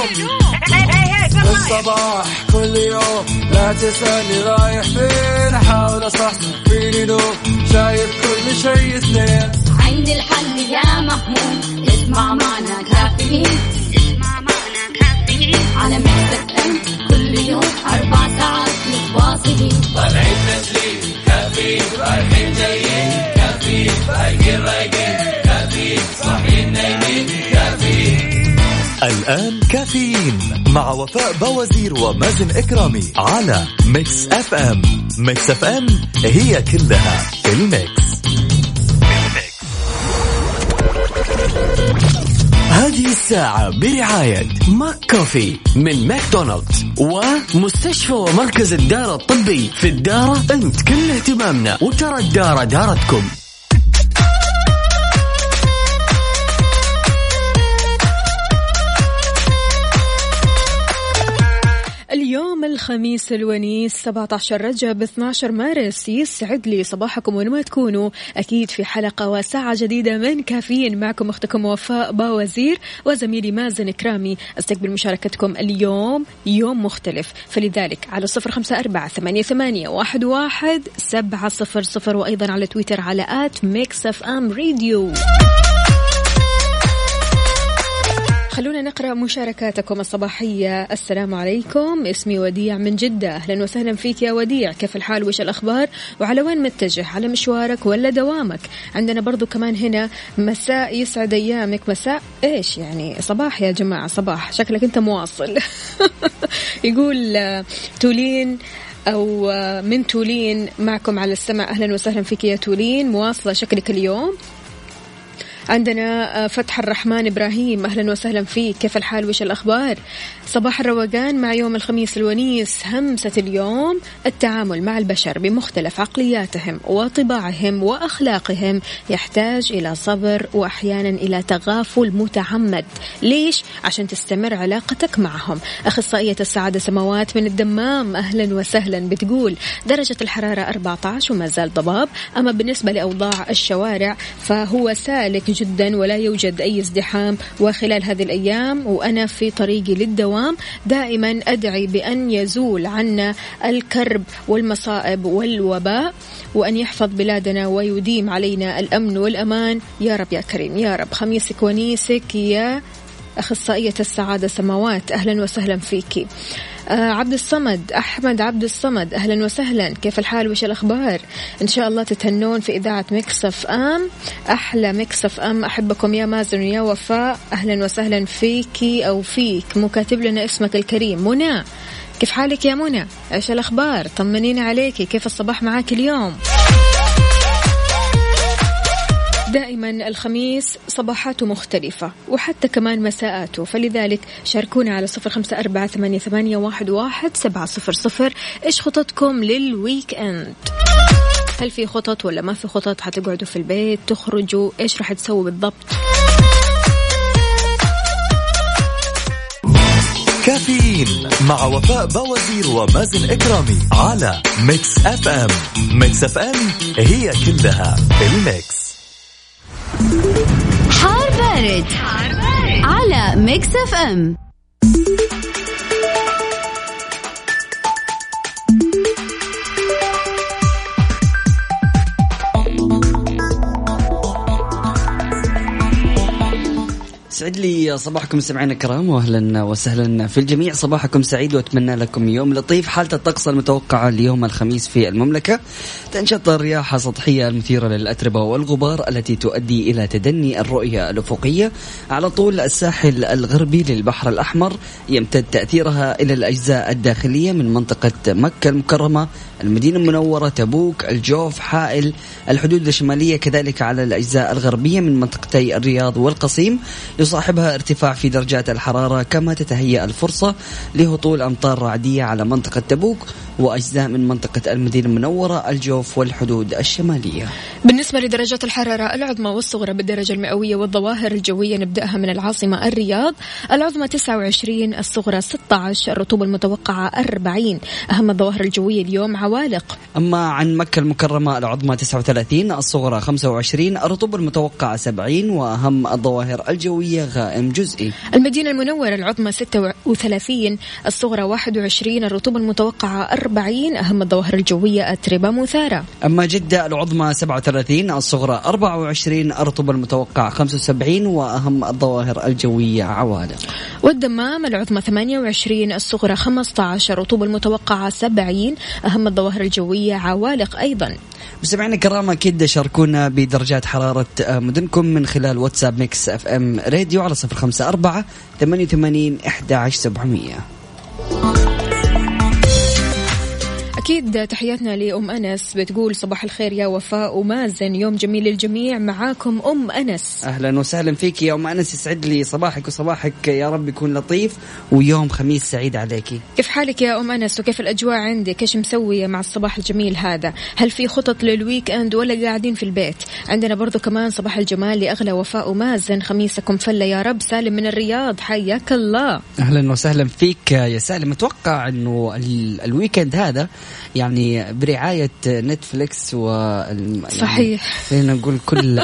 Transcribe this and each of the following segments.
الصباح كل يوم لا تسألني رايح فين، أحاول أصحصح فيني لو شايف كل شيء سنين. عندي الحل يا محمود، اسمع معنا كافيين، اسمع معنا كافيين على مكتب كل يوم 4 ساعات متواصلين. طالعين تسليم كافيين، رايحين جايين كافيين، رايقين رايقين كافيين، صاحيين نايمين كافيين. الآن كافيين مع وفاء بوازير ومازن إكرامي على ميكس اف ام. ميكس اف ام هي كلها الميكس. هذه الساعة برعاية ماك كوفي من ماكدونالدز ومستشفى ومركز الدارة الطبي. في الدارة أنت كل اهتمامنا، وترى الدارة دارتكم. اليوم الخميس الونيس 17 رجب 12 مارس. يسعد لي صباحكم وين ما تكونوا، أكيد في حلقة وساعة جديدة من كافيين. معكم أختكم وفاء باوزير وزميلي مازن كرامي. استقبل مشاركتكم اليوم، يوم مختلف، فلذلك على 0548811700 وأيضا على تويتر على @mixfmradio. خلونا نقرأ مشاركاتكم الصباحية. السلام عليكم، اسمي وديع من جدة. أهلا وسهلا فيك يا وديع، كيف الحال وش الأخبار وعلى وين متجه، على مشوارك ولا دوامك؟ عندنا برضو كمان هنا مساء يسعد أيامك. مساء إيش يعني؟ صباح يا جماعة، صباح، شكلك أنت مواصل. يقول تولين أو من تولين معكم على السمع. أهلا وسهلا فيك يا تولين، مواصلة شكلك اليوم. عندنا فتح الرحمن إبراهيم، أهلا وسهلا فيك، كيف الحال وش الأخبار؟ صباح الروقان مع يوم الخميس الونيس. همسة اليوم التعامل مع البشر بمختلف عقلياتهم وطباعهم وأخلاقهم يحتاج إلى صبر وأحيانا إلى تغافل متعمد. ليش؟ عشان تستمر علاقتك معهم. أخصائية السعادة سماوات من الدمام، أهلا وسهلا، بتقول درجة الحرارة 14 وما زال ضباب. أما بالنسبة لأوضاع الشوارع فهو سالك جدا ولا يوجد أي ازدحام. وخلال هذه الأيام وأنا في طريقي للدوام دائما أدعي بأن يزول عنا الكرب والمصائب والوباء، وأن يحفظ بلادنا ويديم علينا الأمن والأمان يا رب يا كريم يا رب. خميسك ونيسك يا أخصائية السعادة سماوات، أهلا وسهلا فيكي. عبد الصمد، أحمد عبد الصمد، أهلا وسهلا، كيف الحال وش الأخبار؟ إن شاء الله تتهنون في إذاعة ميكس اف ام، أحلى ميكس اف ام. أحبكم يا مازن ويا وفاء، أهلا وسهلا فيكي أو فيك. مكاتب لنا اسمك الكريم منى، كيف حالك يا منى؟ إيش الأخبار؟ طمنينا عليكي، كيف الصباح معاك اليوم؟ دائما الخميس صباحاته مختلفة وحتى كمان مساءاته، فلذلك شاركونا على 0548811700. إيش خططكم للويك أند؟ هل في خطط ولا ما في خطط؟ هتقعدوا في البيت، تخرجوا، إيش راح تسووا بالضبط؟ كافيين مع وفاء بوازير ومازن إكرامي على ميكس اف ام. ميكس اف ام هي كلها الميكس. حار بارد على ميكس اف ام. سعد لي صباحكم سمعنا الكرام، واهلا وسهلا في الجميع. صباحكم سعيد واتمنى لكم يوم لطيف. حالة الطقس المتوقعة اليوم الخميس في المملكة: تنشط الرياح السطحية المثيرة للأتربة والغبار التي تؤدي إلى تدني الرؤية الأفقية على طول الساحل الغربي للبحر الأحمر. يمتد تأثيرها إلى الأجزاء الداخلية من منطقة مكة المكرمة، المدينة المنورة، تبوك، الجوف، حائل، الحدود الشمالية، كذلك على الأجزاء الغربية من منطقتي الرياض والقصيم. يصاحبها ارتفاع في درجات الحرارة، كما تتهيأ الفرصة لهطول أمطار رعدية على منطقة تبوك وأجزاء من منطقة المدينة المنورة، الجوف والحدود الشمالية. بالنسبة لدرجات الحرارة العظمى والصغرى بالدرجة المئوية والظواهر الجوية، نبدأها من العاصمة الرياض، العظمى 29، الصغرى 16، الرطوبة المتوقعة 40. أهم الظواهر الجوية اليوم عوالق. أما عن مكة المكرمة العظمى 39، الصغرى 25، الرطوبة المتوقعة 70. وأهم الظواهر الجوية الجوية غائم جزئي. المدينة المنورة العظمى 36، الصغرى 21، الرطوبة المتوقعة 40، أهم الظواهر الجوية أتربة مثارة. أما جدة العظمى 37، الصغرى 24، الرطوبة المتوقعة 75، وأهم الظواهر الجوية عوالق. والدمام العظمى 28، الصغرى 15، الرطوبة المتوقعة 70، أهم الظواهر الجوية عوالق أيضا. مستمعينا الكرام أكيد شاركونا بدرجات حرارة مدنكم من خلال واتساب ميكس اف ام راديو على 054 88 11700. أكيد تحياتنا لأم أنس، بتقول صباح الخير يا وفاء ومازن، يوم جميل للجميع، معاكم أم أنس. أهلا وسهلا فيك يا أم أنس، يسعد لي صباحك وصباحك يا رب يكون لطيف ويوم خميس سعيد عليكي. كيف حالك يا أم أنس وكيف الأجواء عندك؟ إيش مسوية مع الصباح الجميل هذا؟ هل في خطط للويك أند ولا قاعدين في البيت؟ عندنا برضو كمان صباح الجمال لأغلى وفاء ومازن، خميسكم فلة يا رب. سالم من الرياض، حياك الله. أهلا وسهلا فيك يا سالم. أتوقع أنه الويكند هذا يعني برعاية نتفليكس صحيح، خلينا نقول كل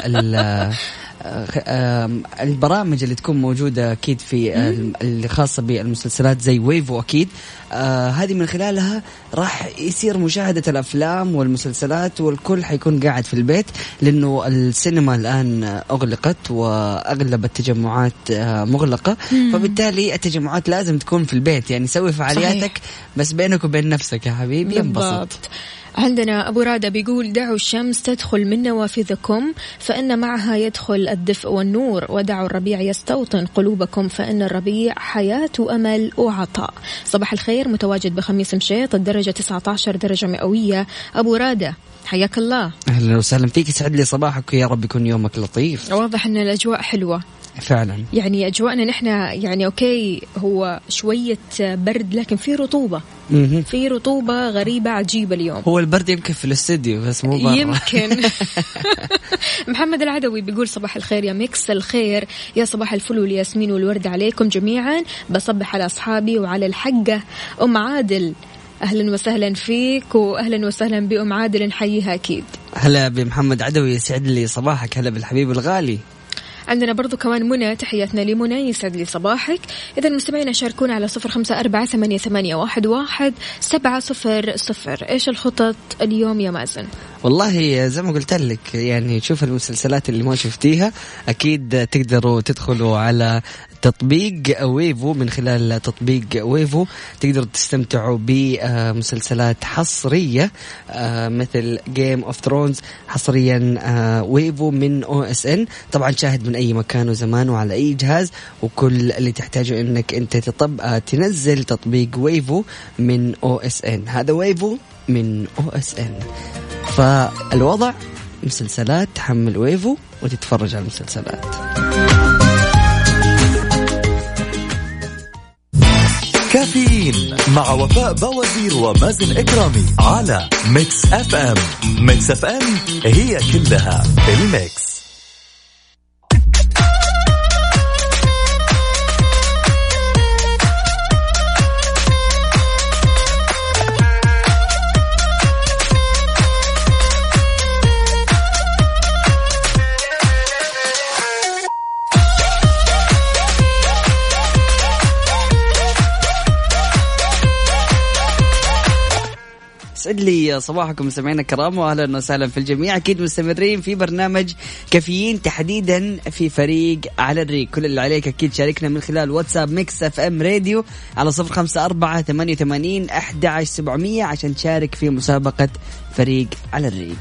البرامج اللي تكون موجودة أكيد في اللي خاصة بالمسلسلات زي ويفو أكيد هذه من خلالها راح يصير مشاهدة الأفلام والمسلسلات والكل حيكون قاعد في البيت، لأنه السينما الآن أغلقت وأغلب التجمعات مغلقة، فبالتالي التجمعات لازم تكون في البيت، يعني سوي فعالياتك صحيح. بس بينك وبين نفسك يا حبيبي انبسط. عندنا أبو رادة بيقول دعوا الشمس تدخل من نوافذكم فإن معها يدخل الدفء والنور، ودعوا الربيع يستوطن قلوبكم فإن الربيع حياة وأمل وعطاء. صباح الخير، متواجد بخميس مشيط، الدرجة 19 درجة مئوية. أبو رادة حياك الله. أهلا وسهلا فيك، يسعد لي صباحك ويا رب يكون يومك لطيف. واضح أن الأجواء حلوة فعلا، يعني أجواءنا نحن يعني أوكي، هو شوية برد لكن في رطوبة، في رطوبة غريبة عجيبة اليوم. هو البرد يمكن في الاستديو بس مو برا يمكن. محمد العدوي بيقول صباح الخير يا ميكس الخير، يا صباح الفل والياسمين والورد عليكم جميعا، بصبح على أصحابي وعلى الحقة أم عادل. أهلا وسهلا فيك وأهلا وسهلا بأم عادل، نحييها أكيد. هلا بمحمد عدوي، يسعد لي صباحك. هلا بالحبيب الغالي. عندنا برضو كمان منى، تحياتنا لمنى، يسعد لي صباحك. إذا المستمعين شاركونا على 0548811700. إيش الخطط اليوم يا مازن؟ والله زي ما قلت لك، يعني شوف المسلسلات اللي ما شفتيها أكيد تقدروا تدخلوا على تطبيق ويفو، من خلال تطبيق ويفو تقدروا تستمتعوا بمسلسلات حصرية مثل Game of Thrones حصريا ويفو من OSN. طبعا شاهد من أي مكان وزمان وعلى أي جهاز، وكل اللي تحتاجه إنك أنت تنزل تطبيق ويفو من OSN. هذا ويفو من OSN. فالوضع مسلسلات، تحمل ويفو وتتفرج على المسلسلات. كافيين مع وفاء بوازير ومازن إكرامي على ميكس اف ام. ميكس اف ام هي كلها الميكس. يسعد لي صباحكم مستمعينا الكرام واهلا وسهلا في الجميع. اكيد مستمرين في برنامج كافيين، تحديدا في فريق على الريق. كل اللي عليك اكيد شاركنا من خلال واتساب ميكس اف ام راديو على 0548811700 عشان تشارك في مسابقة فريق على الريق.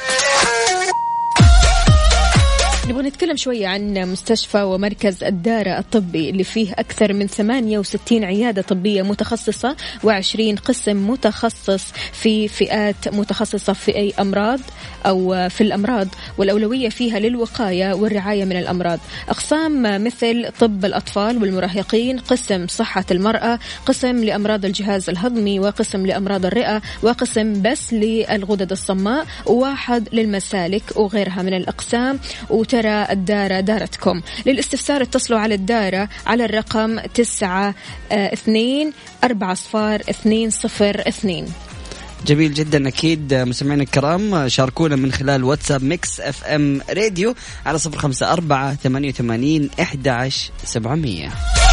نبغى نتكلم شوية عن مستشفى ومركز الدارة الطبي اللي فيه أكثر من 68 عيادة طبية متخصصة و20 قسم متخصص في فئات متخصصة في أي أمراض أو في الأمراض، والأولوية فيها للوقاية والرعاية من الأمراض. أقسام مثل طب الأطفال والمراهقين، قسم صحة المرأة، قسم لأمراض الجهاز الهضمي، وقسم لأمراض الرئة، وقسم بس للغدد الصماء، وواحد للمسالك وغيرها من الأقسام. وترى الدارة دارتكم. للاستفسار اتصلوا على الدارة على الرقم 92 4 صفار 202. جميل جدا. أكيد مستمعينا الكرام شاركونا من خلال واتساب ميكس اف ام راديو على 0548811700.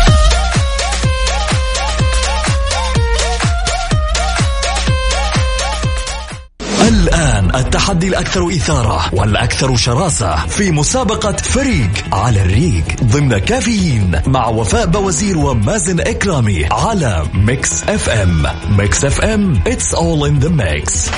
الآن التحدي الأكثر إثارة والأكثر شراسة في مسابقة فريق على الريق ضمن كافيين مع وفاء بوزير ومازن إكرامي على ميكس اف ام. ميكس اف ام it's all in the mix.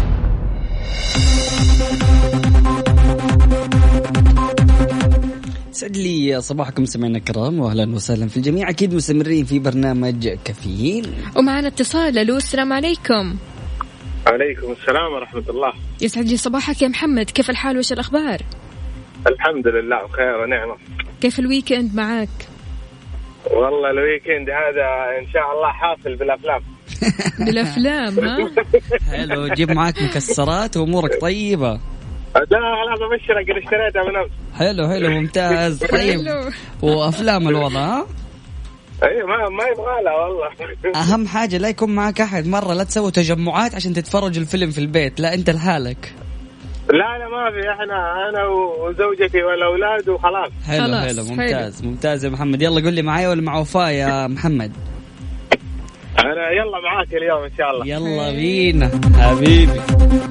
سعد لي صباحكم سمعنا الكرام واهلا وسهلا في الجميع. اكيد مستمرين في برنامج كافيين ومعنا اتصال. الو السلام عليكم. عليكم السلام ورحمة الله. يسعد لي صباحك يا محمد، كيف الحال وش الأخبار؟ الحمد لله بخير ونعمة. كيف الويكند معاك؟ والله الويكند هذا إن شاء الله حافل بالأفلام. بالأفلام ها؟ حلو، جيب معاك مكسرات وأمورك طيبة. لا خلاص أبشرك اللي اشتريتها من أمس. حلو ممتاز. طيب وأفلام الوضع ها؟ ايوه ما يبغى لا والله. اهم حاجه لا يكون معك احد مره، لا تسوي تجمعات عشان تتفرج الفيلم في البيت، لا انت لحالك. لا ما في، انا وزوجتي والاولاد وخلاص. حلو ممتاز يا محمد. يلا قل لي معايا ولا مع وفاء يا محمد؟ انا يلا معاك اليوم ان شاء الله. يلا بينا حبيبي.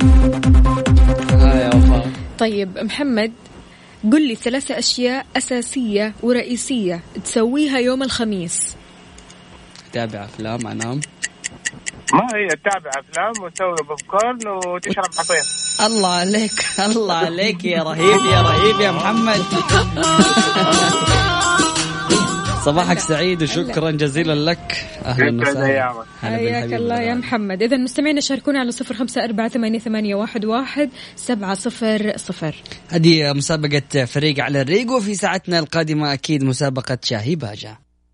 يا وفاء. طيب محمد قل لي 3 أشياء أساسية ورئيسية تسويها يوم الخميس. تتابع أفلام أنام. ما هي تتابع أفلام وتسوي بوبكورن وتشرب عصير. الله عليك يا رهيب يا محمد. صباحك سعيد وشكرا جزيلا لك. أهلا وسهلا. حياك الله يا محمد. إذا مستمعين شاركونا على 0548811700. هذه مسابقة فريق على الريق، وفي ساعتنا القادمة أكيد مسابقة شاهي باجة.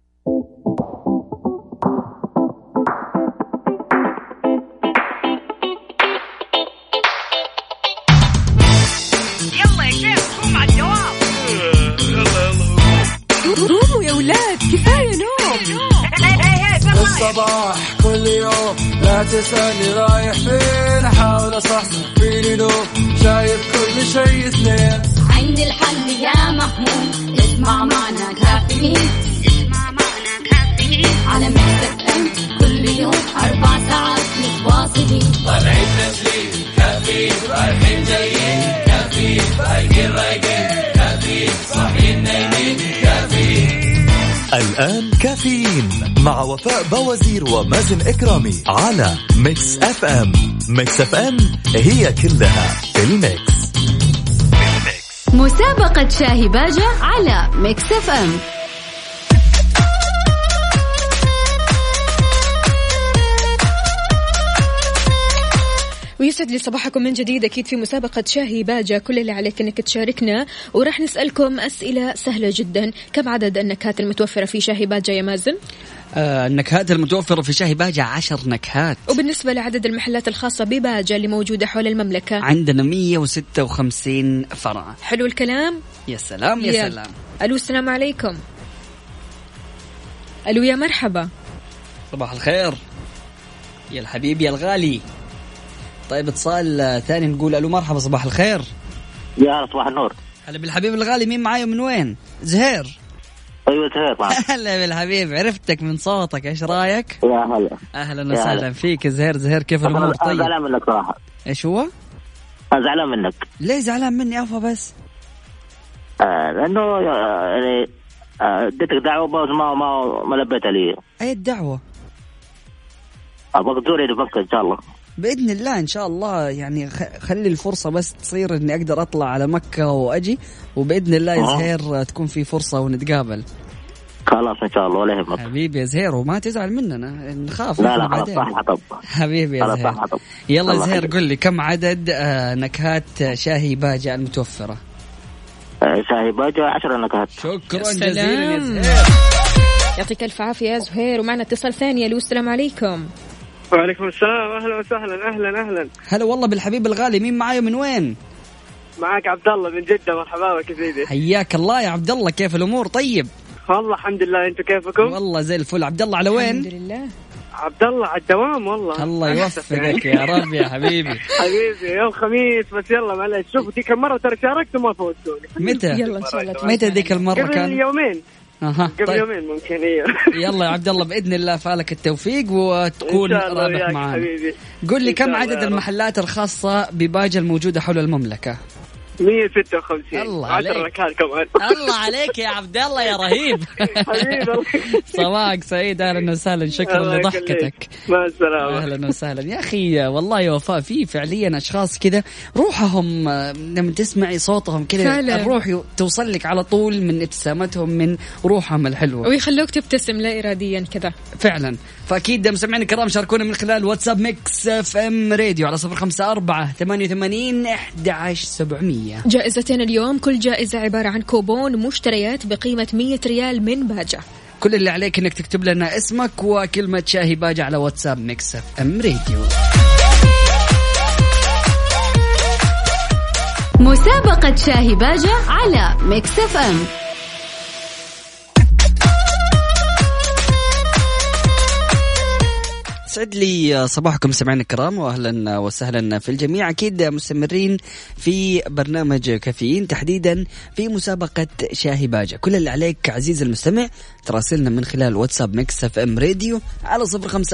يلا يا شيخ قوم على الدوام. قوموا يا ولاد كفاية نوم. الصباح كل يوم لا تسألني رايح فين، أحاول أصحصح فيني لو شايف كل شيء سنين. عندي الحل يا محمود، اسمع معنا كافيين. على مكتب كل يوم 4 ساعات متواصلين. طالعين تسليم كافيين، رايحين جايين كافيين، رايقين كافيين، صاحيين نايمين كافيين. الآن كافيين مع وفاء بوزير ومازن إكرامي على ميكس اف ام. ميكس اف ام هي كلها في الميكس. مسابقة شاهي باجة على ميكس اف ام. ويسعد لي صباحكم من جديد. أكيد في مسابقة شاهي باجة، كل اللي عليك أنك تشاركنا وراح نسألكم أسئلة سهلة جدا. كم عدد النكهات المتوفرة في شاهي باجة يا مازن؟ النكهات المتوفرة في شاهي باجة 10 نكهات. وبالنسبة لعدد المحلات الخاصة بباجة اللي موجودة حول المملكة عندنا 156 فرع. حلو الكلام. يا سلام يا سلام. ألو السلام عليكم. ألو يا مرحبا. صباح الخير يا الحبيب يا الغالي. طيب اتصال ثاني نقول ألو مرحبا صباح الخير. يا صباح النور. هلا بالحبيب الغالي. مين معايا من وين؟ زهير. ايوه زهير معك. هلا بالحبيب، عرفتك من صوتك. ايش رايك؟ يا هلا. اهلا وسهلا فيك زهير كيف الامور؟ طيب زعلان منك صراحه. ايش هو؟ زعلان منك. ليه زعلان مني افا بس؟ لانه يعني اديتك دعوه بس ما لبيتها لي. اي الدعوه؟ ابغى تزوري لمكه ان شاء الله. باذن الله ان شاء الله. يعني خلي الفرصه بس تصير اني اقدر اطلع على مكه واجي، وباذن الله يا زهير تكون في فرصه ونتقابل. خلاص ان شاء الله ولا يهمك حبيبي يا زهير، وما تزعل مننا نخاف. لا خلاص صح طب حبيبي يا زهير. يلا زهير قل لي كم عدد نكهات شاهي باجة المتوفرة؟ شاهي باجة 10 نكهات. شكرا جزيلا يا زهير. يعطيك الف عافية يا زهير. ومعنا اتصال ثاني. الو السلام عليكم. وعليكم السلام. اهلا وسهلا. اهلا هلا والله بالحبيب الغالي. مين معايا من وين؟ معاك عبد الله من جدة. مرحبا بك سيدي. حياك الله يا عبد الله. كيف الامور؟ طيب والله الحمد لله. انتوا كيفكم؟ والله زي الفل. عبد الله على وين؟ الحمد لله. عبد الله على الدوام والله. الله يوفقك يا رب يا حبيبي. حبيبي يوم خميس بس يلا معلش. شوف ديك المرة ترى شاركت وما فوتوني. متى؟ يلا إن شاء الله. متى ذيك المرة كان؟ قبل يومين. قبل طيب. يومين ممكن. إيه. يلا يا عبد الله بإذن الله فالك التوفيق وتكون رابح معنا. قل لي كم عدد المحلات الخاصة بباجة الموجودة حول المملكة؟ 156. الله عليك. كمان. الله عليك يا عبد الله يا رهيب. صباحك سعيد. اهلا وسهلا. شكرا لضحكتك. مع السلامه. اهلا وسهلا يا اخي. والله يا وفاء في فعليا اشخاص كذا روحهم لما تسمعي صوتهم كذا الروح توصل لك على طول من ابتسامتهم من روحهم الحلوه ويخلوك تبتسم لا اراديا كذا فعلا. فاكيد مستمعينا الكرام شاركونا من خلال واتساب ميكس اف ام راديو على 0548811700. جائزتين اليوم، كل جائزة عبارة عن كوبون مشتريات بقيمة 100 ريال من باجة. كل اللي عليك انك تكتب لنا اسمك وكلمة شاهي باجة على واتساب ميكس اف ام راديو. مسابقة شاهي باجة على ميكس اف ام. سعد لي صباحكم سمعنا الكرام واهلا وسهلا في الجميع. اكيد مستمرين في برنامج كافيين تحديدا في مسابقة شاهي باجة. كل اللي عليك عزيز المستمع تراسلنا من خلال واتساب ميكس اف ام راديو على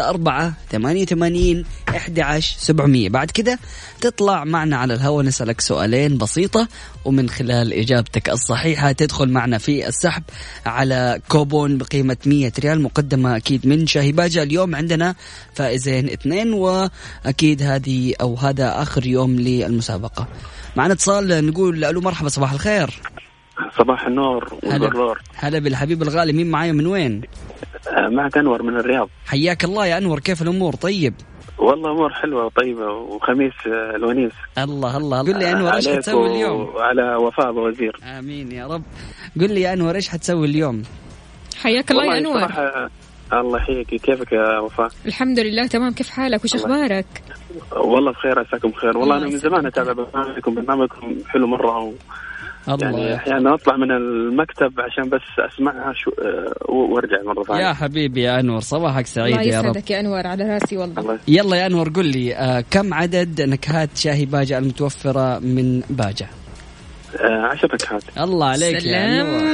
0548811700. بعد كده تطلع معنا على الهواء نسألك سؤالين بسيطة ومن خلال إجابتك الصحيحة تدخل معنا في السحب على كوبون بقيمة 100 ريال مقدمة أكيد من شاهي باجة. اليوم عندنا فائزين 2 وأكيد هذه أو هذا آخر يوم للمسابقة. معنا اتصال نقول ألو مرحبا صباح الخير. صباح النور والغرور. هلا بالحبيب الغالي. مين معايا من وين؟ معك أنور من الرياض. حياك الله يا أنور. كيف الأمور؟ طيب والله أمور حلوة وطيبة وخميس الونيس. الله الله. قل لي يا أنور إيش حتسوي اليوم؟ وعلى وفاء بوزير. آمين يا رب. قل لي يا أنور إيش حتسوي اليوم؟ حياك الله يا أنور. الله يحييك. كيفك يا وفاء؟ الحمد لله تمام. كيف حالك وش أخبارك؟ والله بخير عساكم بخير. والله أنا من زمان أتابع برنامجكم حلو مرة يعني أحيانا أطلع من المكتب عشان بس أسمعها وارجع مرة ثانية. يا حبيبي يا أنور صباحك سعيد يا رب. يسعدك يا أنور على راسي والله. يلا يا أنور قل لي كم عدد نكهات شاهي باجة المتوفرة من باجة؟ 10 نكهات. الله عليك سلام. يا أنور.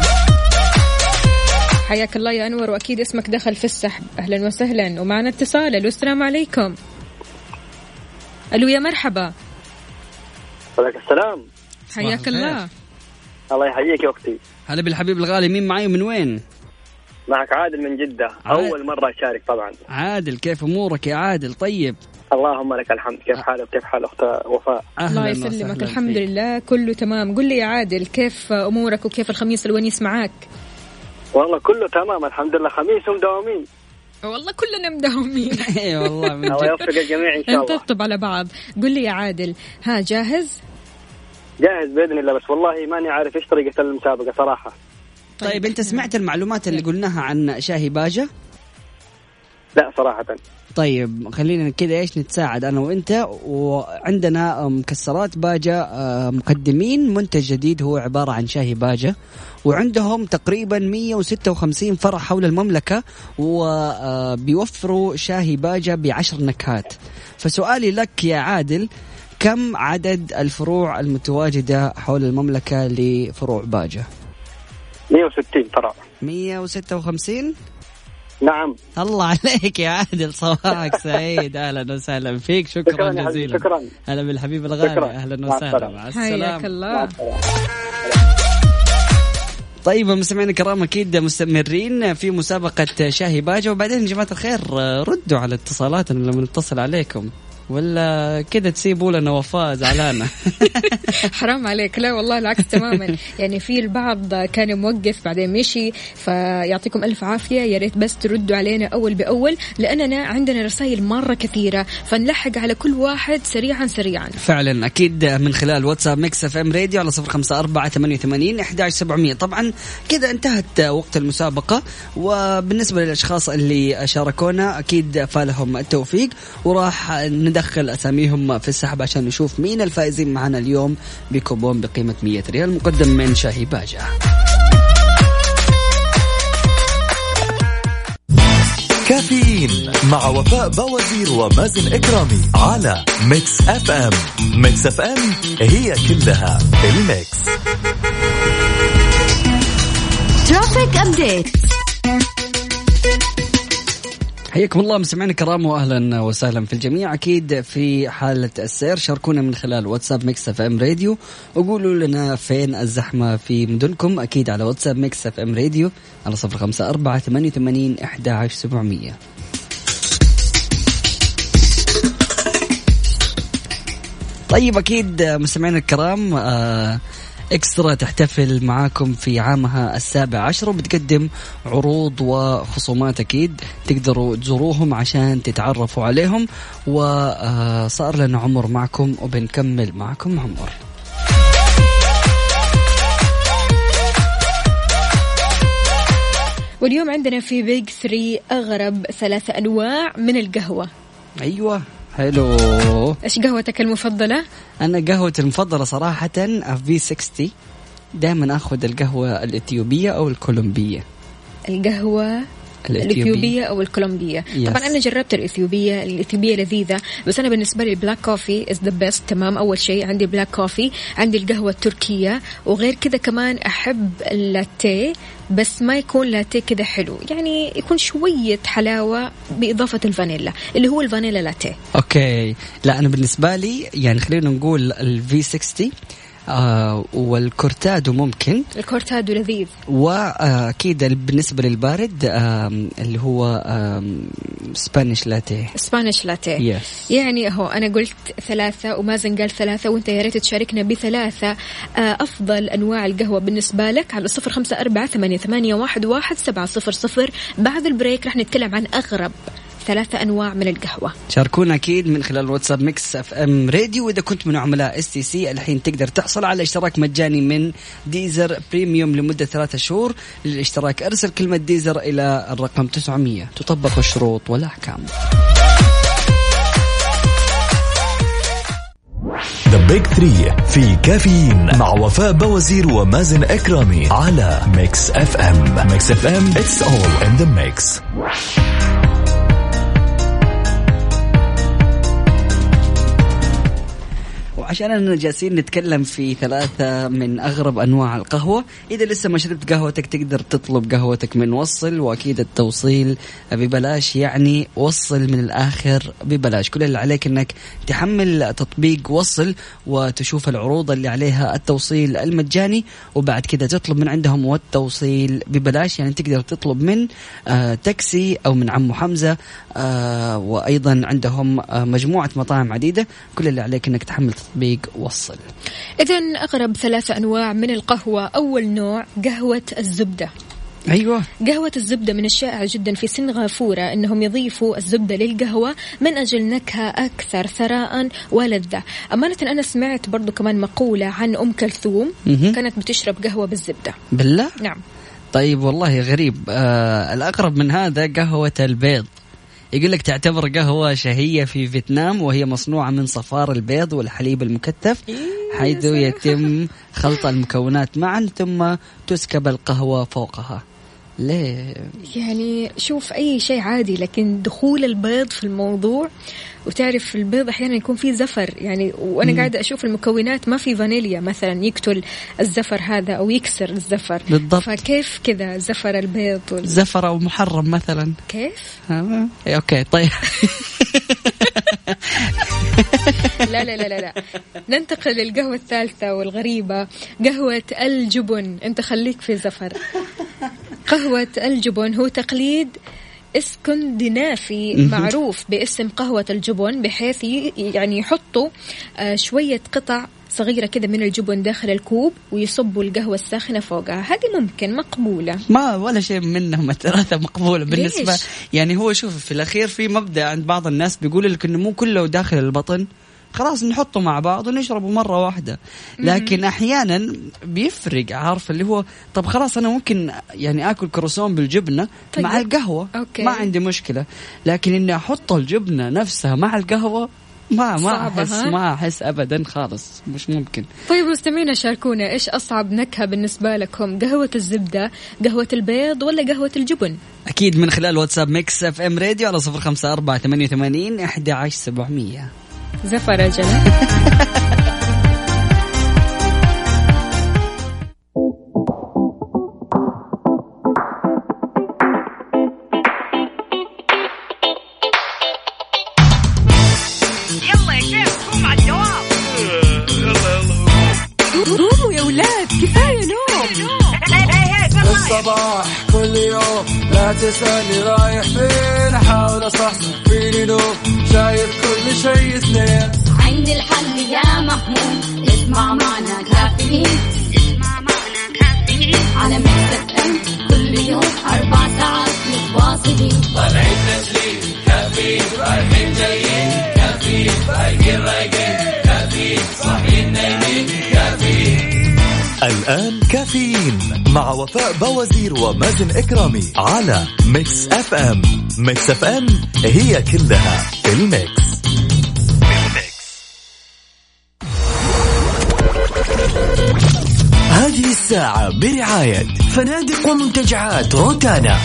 حياك الله يا أنور وأكيد اسمك دخل في السحب. أهلا وسهلا. ومعنا اتصال. ألو السلام عليكم. ألو يا مرحبا. عليك السلام. حياك الله. الله يحييك يا أختي. هلا بالحبيب الغالي. مين معي من وين؟ معك عادل من جدة. أول مرة أشارك طبعا. عادل كيف أمورك يا عادل؟ طيب اللهم لك الحمد. كيف حالك وكيف حال أخت وفاء؟ الله يسلمك. الحمد لله كله تمام. قل لي يا عادل كيف أمورك وكيف الخميس الونيس معاك؟ والله كله تمام الحمد لله. خميس ومداومين. والله كلنا مداومين. اي والله من الله يوفق الجميع ان شاء الله. نطبطب على بعض. قل لي يا عادل ها جاهز؟ جاهز باذن الله. بس والله ماني عارف ايش طريقه المسابقه صراحه. طيب انت سمعت المعلومات اللي قلناها عن شاهي باجة؟ لا صراحه. طيب خلينا كده ايش نتساعد انا وانت. وعندنا مكسرات باجة مقدمين منتج جديد هو عبارة عن شاهي باجة وعندهم تقريبا 156 فرع حول المملكة وبيوفروا شاهي باجة ب10 نكهات. فسؤالي لك يا عادل كم عدد الفروع المتواجدة حول المملكة لفروع باجة؟ 160 فرع. 156. نعم. الله عليك يا عادل صباحك سعيد. أهلا وسهلا فيك. شكرا جزيلا. شكرا. هلا بالحبيب الغالي. أهلا وسهلا. مع السلامة. حياك الله. طيب مستمعينا الكرام أكيد مستمرين في مسابقة شاهي باجة. وبعدين يا جماعة الخير ردوا على اتصالاتنا لما نتصل عليكم ولا كده تسيبوا لنا وفاء زعلانة. حرام عليك. لا والله العكس تماما. يعني في البعض كان موقف بعدين مشي فيعطيكم ألف عافية. يا ريت بس تردوا علينا أول بأول لأننا عندنا رسائل مرة كثيرة فنلحق على كل واحد سريعا. فعلا أكيد من خلال واتساب ميكس اف ام راديو على 0548811700. طبعا كده انتهت وقت المسابقة وبالنسبة للأشخاص اللي شاركونا أكيد فالهم التوفيق وراح ندخل أساميهم في السحب عشان نشوف مين الفائزين معنا اليوم بكوبون بقيمة 100 ريال مقدم من شاهي باجة. كافيين مع وفاء بوازير ومازن إكرامي على ميكس اف ام. ميكس اف ام هي كلها الميكس. ترافيك أبديت. حياكم الله مستمعينا الكرام واهلا وسهلا في الجميع. اكيد في حاله السير شاركونا من خلال واتساب ميكس اف ام راديو وقولوا لنا فين الزحمه في مدنكم. اكيد على واتساب ميكس اف ام راديو على 0548811700. طيب اكيد مستمعينا الكرام إكسترا تحتفل معاكم في عامها 17 وبتقدم عروض وخصومات. أكيد تقدروا تزوروهم عشان تتعرفوا عليهم. وصار لنا عمر معكم وبنكمل معكم عمر. واليوم عندنا في بيج 3 أغرب 3 أنواع من القهوة. أيوة حلو. إيش قهوتك المفضلة؟ أنا قهوتي المفضلة صراحة V60. دائما أخذ القهوة الإثيوبية أو الكولومبية. القهوة الإثيوبية أو الكولومبية. طبعا أنا جربت الإثيوبية لذيذة، بس أنا بالنسبة لي البلاك كوفي is the best. تمام. أول شيء عندي بلاك كوفي، عندي القهوة التركية، وغير كذا كمان أحب اللاتيه، بس ما يكون لاتيه كذا حلو، يعني يكون شوية حلاوة بإضافة الفانيلا اللي هو الفانيلا لاتيه. أوكي. لا أنا بالنسبة لي يعني خلينا نقول V60 والكورتادو. ممكن الكورتادو لذيذ. وأكيد بالنسبة للبارد اللي هو سبانيش لاتيه. سبانيش لاتيه. يعني أهو أنا قلت 3 ومازن قال 3 وأنت يا ريت تشاركنا ب3 أفضل أنواع القهوة بالنسبة لك على 0548811700. بعد البريك رح نتكلم عن أغرب 3 أنواع من القهوة. شاركونا أكيد من خلال واتساب ميكس اف ام راديو. وإذا كنت من عملاء STC الحين تقدر تحصل على اشتراك مجاني من ديزر بريميوم لمدة 3 شهور. للاشتراك أرسل كلمة ديزر إلى الرقم 900. تطبق الشروط والأحكام. The Big 3 في كافيين مع وفاء بوازير ومازن إكرامي على ميكس اف ام. ميكس اف ام it's all in the mix. عشان أننا جالسين نتكلم في 3 من أغرب أنواع القهوة. إذا لسه ما شربت قهوتك تقدر تطلب قهوتك من وصل، وأكيد التوصيل ببلاش، يعني وصل من الآخر ببلاش. كل اللي عليك أنك تحمل تطبيق وصل وتشوف العروض اللي عليها التوصيل المجاني، وبعد كده تطلب من عندهم والتوصيل ببلاش. يعني تقدر تطلب من تاكسي أو من عمو حمزة، وأيضا عندهم مجموعة مطاعم عديدة. كل اللي عليك أنك تحمل تطبيق وصل. إذن أغرب 3 أنواع من القهوة. أول نوع قهوة الزبدة. أيوة. قهوة الزبدة من الشائع جدا في سنغافورة أنهم يضيفوا الزبدة للقهوة من أجل نكهة أكثر ثراء ولذة. أمانة أنا سمعت برضو كمان مقولة عن أم كلثوم كانت بتشرب قهوة بالزبدة. بالله؟ نعم. طيب والله غريب. الأقرب من هذا قهوة البيض. يقول لك تعتبر قهوة شهية في فيتنام، وهي مصنوعة من صفار البيض والحليب المكثف، حيث يتم خلط المكونات معا ثم تسكب القهوة فوقها. ليه؟ يعني شوف أي شيء عادي، لكن دخول البيض في الموضوع. وتعرف البيض أحيانا يكون فيه زفر، يعني وأنا قاعدة أشوف المكونات ما في فانيليا مثلا يقتل الزفر هذا أو يكسر الزفر. بالضبط. فكيف كذا زفر البيض زفر أو محرم مثلا كيف؟ أوكي طيب. لا لا لا لا لا. ننتقل للقهوة الثالثة والغريبة، قهوة الجبن. أنت خليك في زفر. قهوة الجبن هو تقليد اسكندنافي معروف باسم قهوة الجبن، بحيث يعني يحطوا شوية قطع صغيرة كده من الجبن داخل الكوب ويصبوا القهوة الساخنة فوقها. هذه ممكن مقبولة، ما ولا شيء منهم الثلاثة مقبولة بالنسبة ليش؟ يعني هو شوف في الأخير في مبدأ عند بعض الناس بيقول لك إنه مو كله داخل البطن، خلاص نحطه مع بعض ونشربه مرة واحدة. لكن أحيانا بيفرق، عارف اللي هو طب خلاص أنا ممكن يعني أكل كروسون بالجبنة طيب مع القهوة. أوكي. ما عندي مشكلة، لكن إني أحط الجبنة نفسها مع القهوة ما أحس أبدا خالص، مش ممكن. طيب مستمعينا شاركونا إيش أصعب نكهة بالنسبة لكم، قهوة الزبدة، قهوة البيض، ولا قهوة الجبن؟ أكيد من خلال واتساب ميكس اف ام راديو على 0548811700. زفر رجل. قوموا يا ولاد، كفاية نوم. الصباح كل يوم لا تسألني رايح فين، أحاول أصحصح فيني نوم، شايف كل شيء سنين. عندي الحل يا محمود، اسمع معنا كافيين، اسمع معنا كافيين على ميكس اف ام كل يوم 4 ساعات متواصلين. طالعين تسليم كافيين، رايحين جايين كافيين، رايقين رايقين كافيين، صاحيين نايمين كافيين. الآن كافيين مع وفاء بوازير ومازن إكرامي على ميكس اف ام. ميكس اف ام هي كلها الميكس. هذه الساعة برعاية فنادق ومنتجعات روتانا.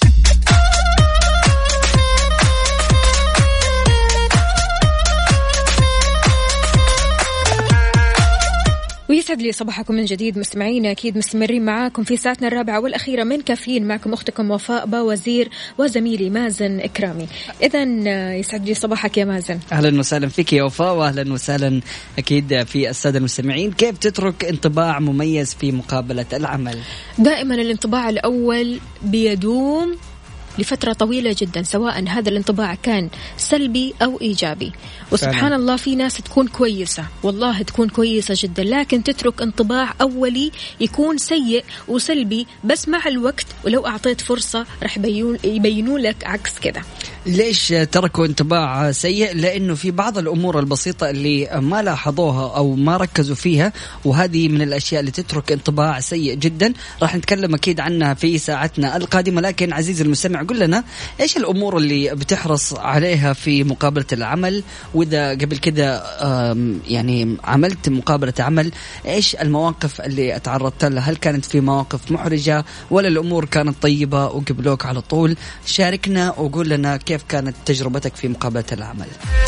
ويسعد لي صباحكم من جديد مستمعينا، أكيد مستمرين معاكم في ساعتنا الرابعة والأخيرة من كافيين، معكم أختكم وفاء باوزير وزميلي مازن إكرامي. إذن يسعد لي صباحك يا مازن. أهلا وسهلا فيك يا وفاء، وأهلا وسهلا أكيد في السادة المستمعين. كيف تترك انطباع مميز في مقابلة العمل؟ دائما الانطباع الأول بيدوم لفترة طويلة جدا، سواء هذا الانطباع كان سلبي أو إيجابي. وسبحان الله في ناس تكون كويسة، والله تكون كويسة جدا، لكن تترك انطباع أولي يكون سيء وسلبي، بس مع الوقت ولو أعطيت فرصة رح يبينوا لك عكس كده. ليش تركوا انطباع سيء؟ لأنه في بعض الأمور البسيطة اللي ما لاحظوها أو ما ركزوا فيها، وهذه من الأشياء اللي تترك انطباع سيء جدا. راح نتكلم أكيد عنها في ساعتنا القادمة، لكن عزيزي المستمع قل لنا إيش الأمور اللي بتحرص عليها في مقابلة العمل، وإذا قبل كده يعني عملت مقابلة عمل إيش المواقف اللي تعرضت لها؟ هل كانت في مواقف محرجة ولا الأمور كانت طيبة وقبلوك على طول؟ شاركنا وقول لنا كيف كانت تجربتك في مقابلة العمل.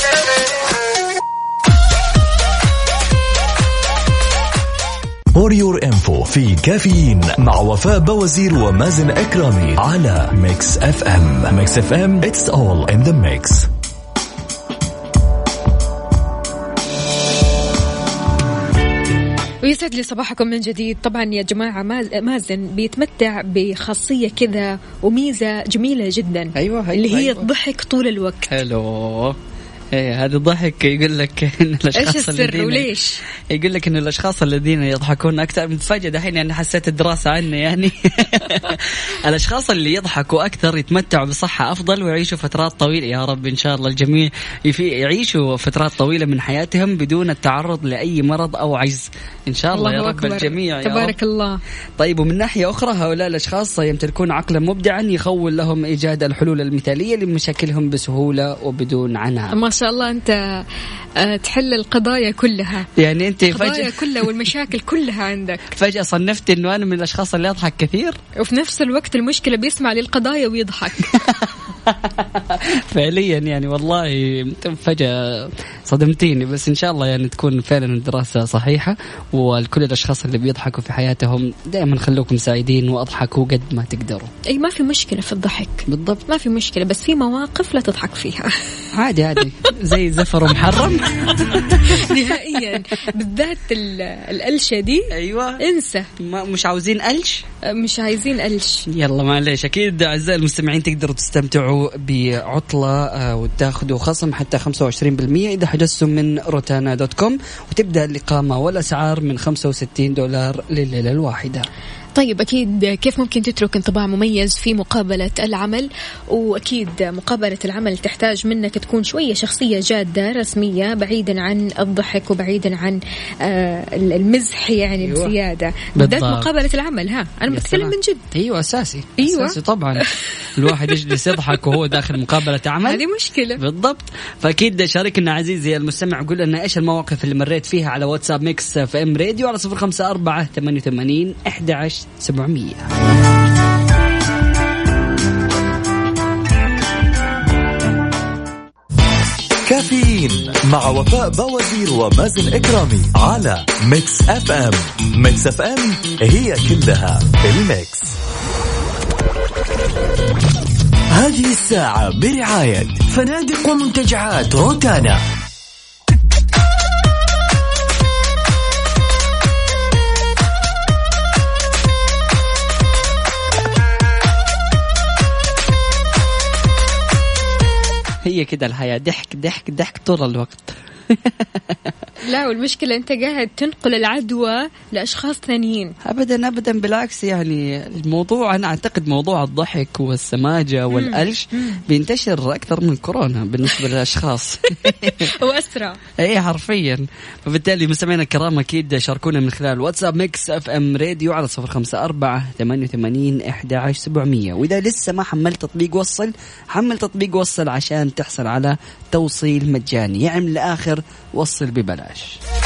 For your info في كافيين مع وفاء بوازير ومازن إكرامي على ميكس اف ام. ميكس اف ام it's all in the mix. ويسعد لي صباحكم من جديد. طبعا يا جماعة مازن بيتمتع بخاصية كذا وميزة جميلة جدا. أيوة اللي هي الضحك طول الوقت. حلو. ايه هذا الضحك يقول لك ان الاشخاص الذين وليش يقول لك ان الاشخاص الذين يضحكون اكثر. متفاجئ دحين يعني حسيت الدراسه عنه يعني الاشخاص اللي يضحكوا اكثر يتمتعوا بصحه افضل ويعيشوا فترات طويله. يا رب ان شاء الله الجميع يعيشوا فترات طويله من حياتهم بدون التعرض لاي مرض او عجز ان شاء الله يا رب الجميع. تبارك الله. طيب ومن ناحيه اخرى هؤلاء الاشخاص يمتلكون عقلا مبدعا يخول لهم ايجاد الحلول المثاليه لمشاكلهم بسهوله وبدون عناء. ما شاء الله أنت تحل القضايا كلها، يعني أنت القضايا كلها والمشاكل كلها عندك. فجأة صنفت إنه أنا من الأشخاص اللي أضحك كثير، وفي نفس الوقت المشكلة بيسمع للقضايا ويضحك. فعليا يعني والله فجأة صدمتيني. بس إن شاء الله يعني تكون فعلا الدراسة صحيحة، والكل الأشخاص اللي بيضحكوا في حياتهم دائما خلوكم سعيدين وأضحكوا قد ما تقدروا. أي ما في مشكلة في الضحك بالضبط، ما في مشكلة، بس في مواقف لا تضحك فيها. عادي زي زفر ومحرم. نهائيا بالذات القلشة دي. أيوة انسى، مش عاوزين قلش، مش عايزين قلش. يلا معليش. أكيد أعزائي المستمعين تقدروا تستمتعوا بعطلة وتاخذوا خصم حتى 25% إذا حجزتم من روتانا.com، وتبدأ الإقامة والأسعار من $65 لليلة الواحدة. طيب أكيد كيف ممكن تترك انطباع مميز في مقابلة العمل؟ وأكيد مقابلة العمل تحتاج منك تكون شوية شخصية جادة رسمية، بعيدا عن الضحك وبعيدا عن المزح يعني بزيادة. بالذات مقابلة العمل. أنا بتكلم من جد. أيوة أساسي. أساسي طبعا. الواحد يجلس يضحك وهو داخل مقابلة عمل، هذه مشكلة. بالضبط. فأكيد شاركنا عزيزي المستمع، قول لنا إيش المواقف اللي مريت فيها على واتساب ميكس في ام راديو على 0548811700. كافيين مع وفاء بوازير ومازن إكرامي على ميكس اف ام. ميكس اف ام هي كلها الميكس. هذه الساعة برعاية فنادق ومنتجعات روتانا. هي كده الحياة، ضحك ضحك ضحك طول الوقت. لا، والمشكلة أنت قاعد تنقل العدوى لأشخاص ثانيين. أبدا أبدا، بالعكس. يعني الموضوع أنا أعتقد موضوع الضحك والسماجة والألش بينتشر أكثر من كورونا بالنسبة للأشخاص. وأسرع. أي حرفيا. فبالتالي مستمعينا الكرام أكيد شاركونا من خلال واتساب ميكس اف ام راديو على 0548811700. وإذا لسه ما حملت تطبيق وصل، حمل تطبيق وصل عشان تحصل على توصيل مجاني، يعني من الآخر وصل ببلاش.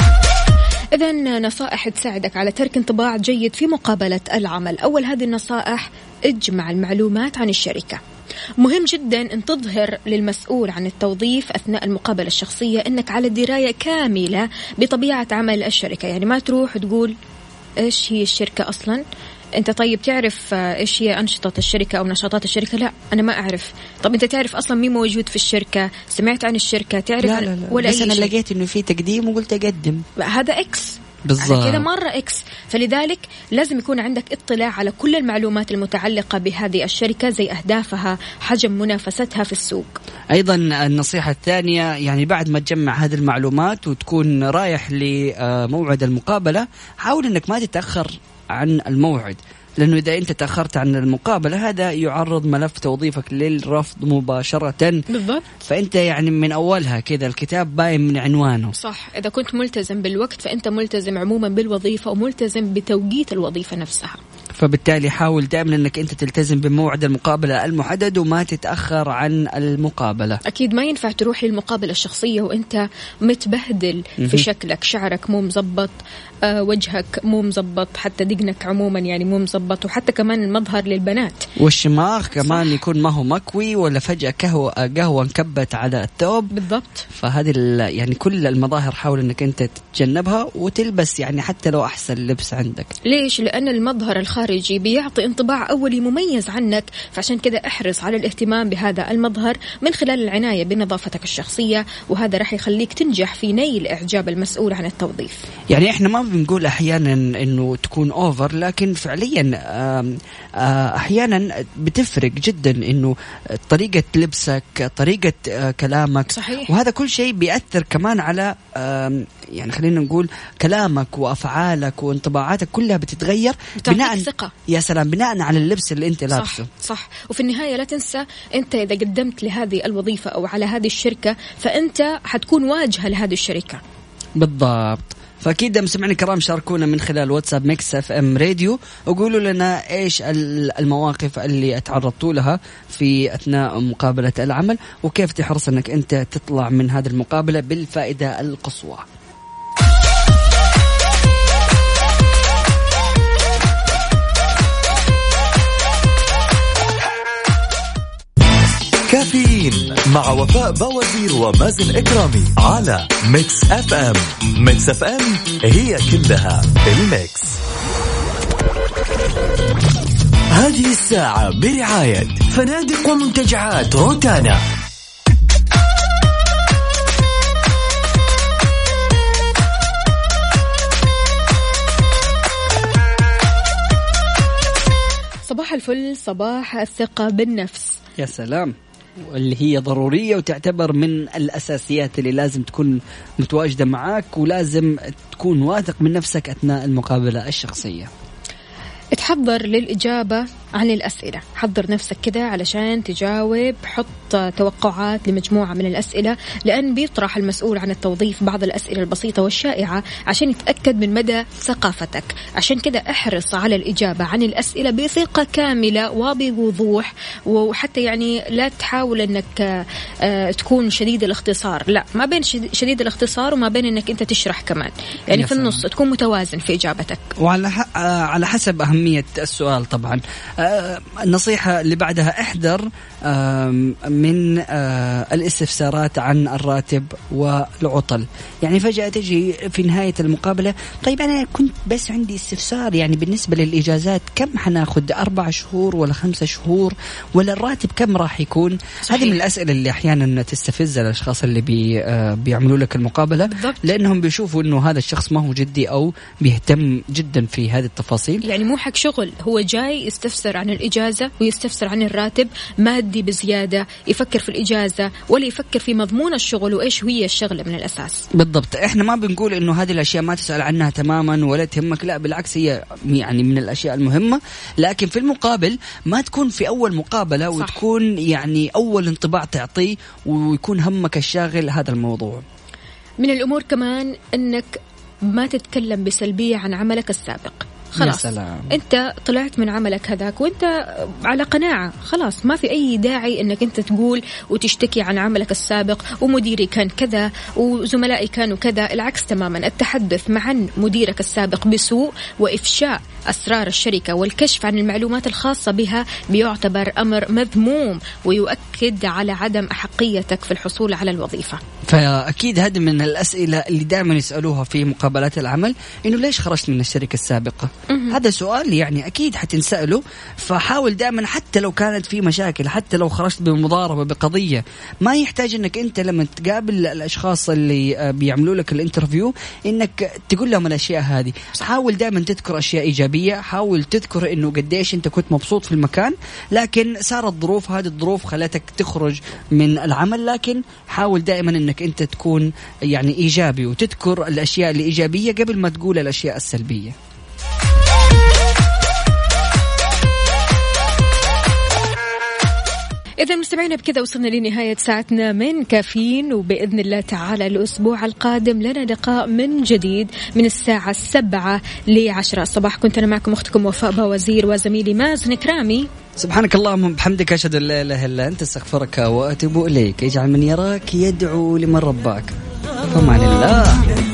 إذن نصائح تساعدك على ترك انطباع جيد في مقابلة العمل. أول هذه النصائح: اجمع المعلومات عن الشركة. مهم جدا أن تظهر للمسؤول عن التوظيف أثناء المقابلة الشخصية أنك على دراية كاملة بطبيعة عمل الشركة. يعني ما تروح تقول إيش هي الشركة أصلا، أنت طيب تعرف إيش هي أنشطة الشركة أو نشاطات الشركة؟ لا أنا ما أعرف. طب أنت تعرف أصلا مين موجود في الشركة؟ سمعت عن الشركة؟ تعرف؟ لا لا لا. ولا بس أنا لقيت إنه في تقديم وقلت أقدم. هذا إكس بالضبط كذا مرة إكس. فلذلك لازم يكون عندك اطلاع على كل المعلومات المتعلقة بهذه الشركة، زي أهدافها، حجم منافستها في السوق. أيضا النصيحة الثانية، يعني بعد ما تجمع هذه المعلومات وتكون رايح لموعد المقابلة، حاول أنك ما تتأخر عن الموعد، لأنه إذا أنت تأخرت عن المقابلة هذا يعرض ملف توظيفك للرفض مباشرة. بالضبط. فأنت يعني من أولها كذا الكتاب باين من عنوانه. صح. إذا كنت ملتزم بالوقت فأنت ملتزم عموما بالوظيفة وملتزم بتوقيت الوظيفة نفسها. فبالتالي حاول دائما أنك أنت تلتزم بموعد المقابلة المحدد وما تتأخر عن المقابلة. أكيد ما ينفع تروح للمقابلة الشخصية وأنت متبهدل في شكلك، شعرك مو مزبط، وجهك مو مزبط، حتى دقنك عموما يعني مو مزبط، وحتى كمان المظهر للبنات والشماغ كمان صح. يكون ما هو مكوي ولا فجأة قهوة انكبت على الثوب. بالضبط. فهذه يعني كل المظاهر حاول أنك أنت تتجنبها وتلبس يعني حتى لو أحسن لبس عندك. ليش؟ لأن المظهر الخارجي بيعطي انطباع أولي مميز عنك، فعشان كده احرص على الاهتمام بهذا المظهر من خلال العناية بنظافتك الشخصية، وهذا راح يخليك تنجح في نيل إعجاب المسؤول عن التوظيف. يعني إحنا ما بنقول أحيانا إنه تكون أوفر، لكن فعليا أحيانا بتفرق جدا إنه طريقة لبسك، طريقة كلامك. صحيح. وهذا كل شيء بيأثر كمان على يعني خلينا نقول كلامك وأفعالك وانطباعاتك كلها بتتغير بناء ثقة. يا سلام، بناء على اللبس اللي انت لابسه. صح. وفي النهاية لا تنسى، انت اذا قدمت لهذه الوظيفة او على هذه الشركة فانت حتكون واجهة لهذه الشركة. بالضبط. فأكيد مسمعين الكرام شاركونا من خلال واتساب ميكس اف ام راديو وقولوا لنا ايش المواقف اللي اتعرضتوا لها في اثناء مقابلة العمل، وكيف تحرص انك انت تطلع من هذه المقابلة بالفائدة القصوى. كافيين مع وفاء بوازير ومازن إكرامي على ميكس اف ام. ميكس اف ام هي كلها الميكس. هذه الساعة برعاية فنادق ومنتجعات روتانا. صباح الفل، صباح الثقة بالنفس. يا سلام، اللي هي ضرورية وتعتبر من الأساسيات اللي لازم تكون متواجدة معاك، ولازم تكون واثق من نفسك أثناء المقابلة الشخصية. تحضر للإجابة عن الأسئلة، حضر نفسك كده علشان تجاوب، حط توقعات لمجموعة من الأسئلة، لأن بيطرح المسؤول عن التوظيف بعض الأسئلة البسيطة والشائعة عشان يتأكد من مدى ثقافتك. عشان كده احرص على الإجابة عن الأسئلة بثقة كاملة وبوضوح، وحتى يعني لا تحاول أنك تكون شديد الاختصار، لا، ما بين شديد الاختصار وما بين أنك أنت تشرح كمان، يعني في النص تكون متوازن في إجابتك. وعلى حسب أهمية السؤال طبعا. النصيحة اللي بعدها احذر من الاستفسارات عن الراتب والعطل. يعني فجأة تجي في نهاية المقابلة، طيب أنا كنت بس عندي استفسار، يعني بالنسبة للإجازات كم حناخد، 4 شهور ولا 5 شهور، ولا الراتب كم راح يكون؟ هذه من الأسئلة اللي أحيانا تستفز الأشخاص اللي بيعملوا لك المقابلة بالضبط. لأنهم بيشوفوا أنه هذا الشخص ما هو جدي أو بيهتم جدا في هذه التفاصيل. يعني مو حق شغل، هو جاي يستفسر عن الإجازة ويستفسر عن الراتب، مادي بزيادة، يفكر في الإجازة ولا يفكر في مضمون الشغل وإيش هي الشغلة من الأساس. بالضبط. إحنا ما بنقول إنه هذه الأشياء ما تسأل عنها تماما ولا تهمك، لا بالعكس، هي يعني من الأشياء المهمة، لكن في المقابل ما تكون في أول مقابلة صح. وتكون يعني أول انطباع تعطيه ويكون همك الشاغل هذا الموضوع. من الأمور كمان إنك ما تتكلم بسلبية عن عملك السابق. خلاص انت طلعت من عملك هذاك وانت على قناعة، خلاص ما في اي داعي انك انت تقول وتشتكي عن عملك السابق ومديري كان كذا وزملائي كانوا كذا. العكس تماما، التحدث مع مديرك السابق بسوء وإفشاء أسرار الشركة والكشف عن المعلومات الخاصة بها بيعتبر أمر مذموم ويؤكد على عدم أحقيتك في الحصول على الوظيفة. فأكيد هذه من الأسئلة اللي دائما يسألوها في مقابلات العمل، إنه ليش خرجت من الشركة السابقة؟ هذا سؤال يعني أكيد حتنسأله. فحاول دائما حتى لو كانت في مشاكل، حتى لو خرجت بمضاربة بقضية، ما يحتاج إنك أنت لما تقابل الأشخاص اللي بيعملوا لك الانترفيو إنك تقول لهم الأشياء هذه. حاول دائما تذكر أشياء إيجابية، حاول تذكر إنه قديش أنت كنت مبسوط في المكان، لكن صارت ظروف، هذه الظروف خلتك تخرج من العمل. لكن حاول دائما إنك أنت تكون يعني إيجابي وتذكر الأشياء الإيجابية قبل ما تقول الأشياء السلبية. إذا مستمعينا بكذا وصلنا لنهاية ساعتنا من كافيين، وبإذن الله تعالى الأسبوع القادم لنا لقاء من جديد من الساعة 7 ل10 الصباح. كنت أنا معكم أختكم وفاء بوزير وزميلي مازن كرامي. سبحانك اللهم بحمدك، أشهد أن لا إله إلا أنت، استغفرك وأتوب إليك. اجعل من يراك يدعو لمن رباك. فمان الله.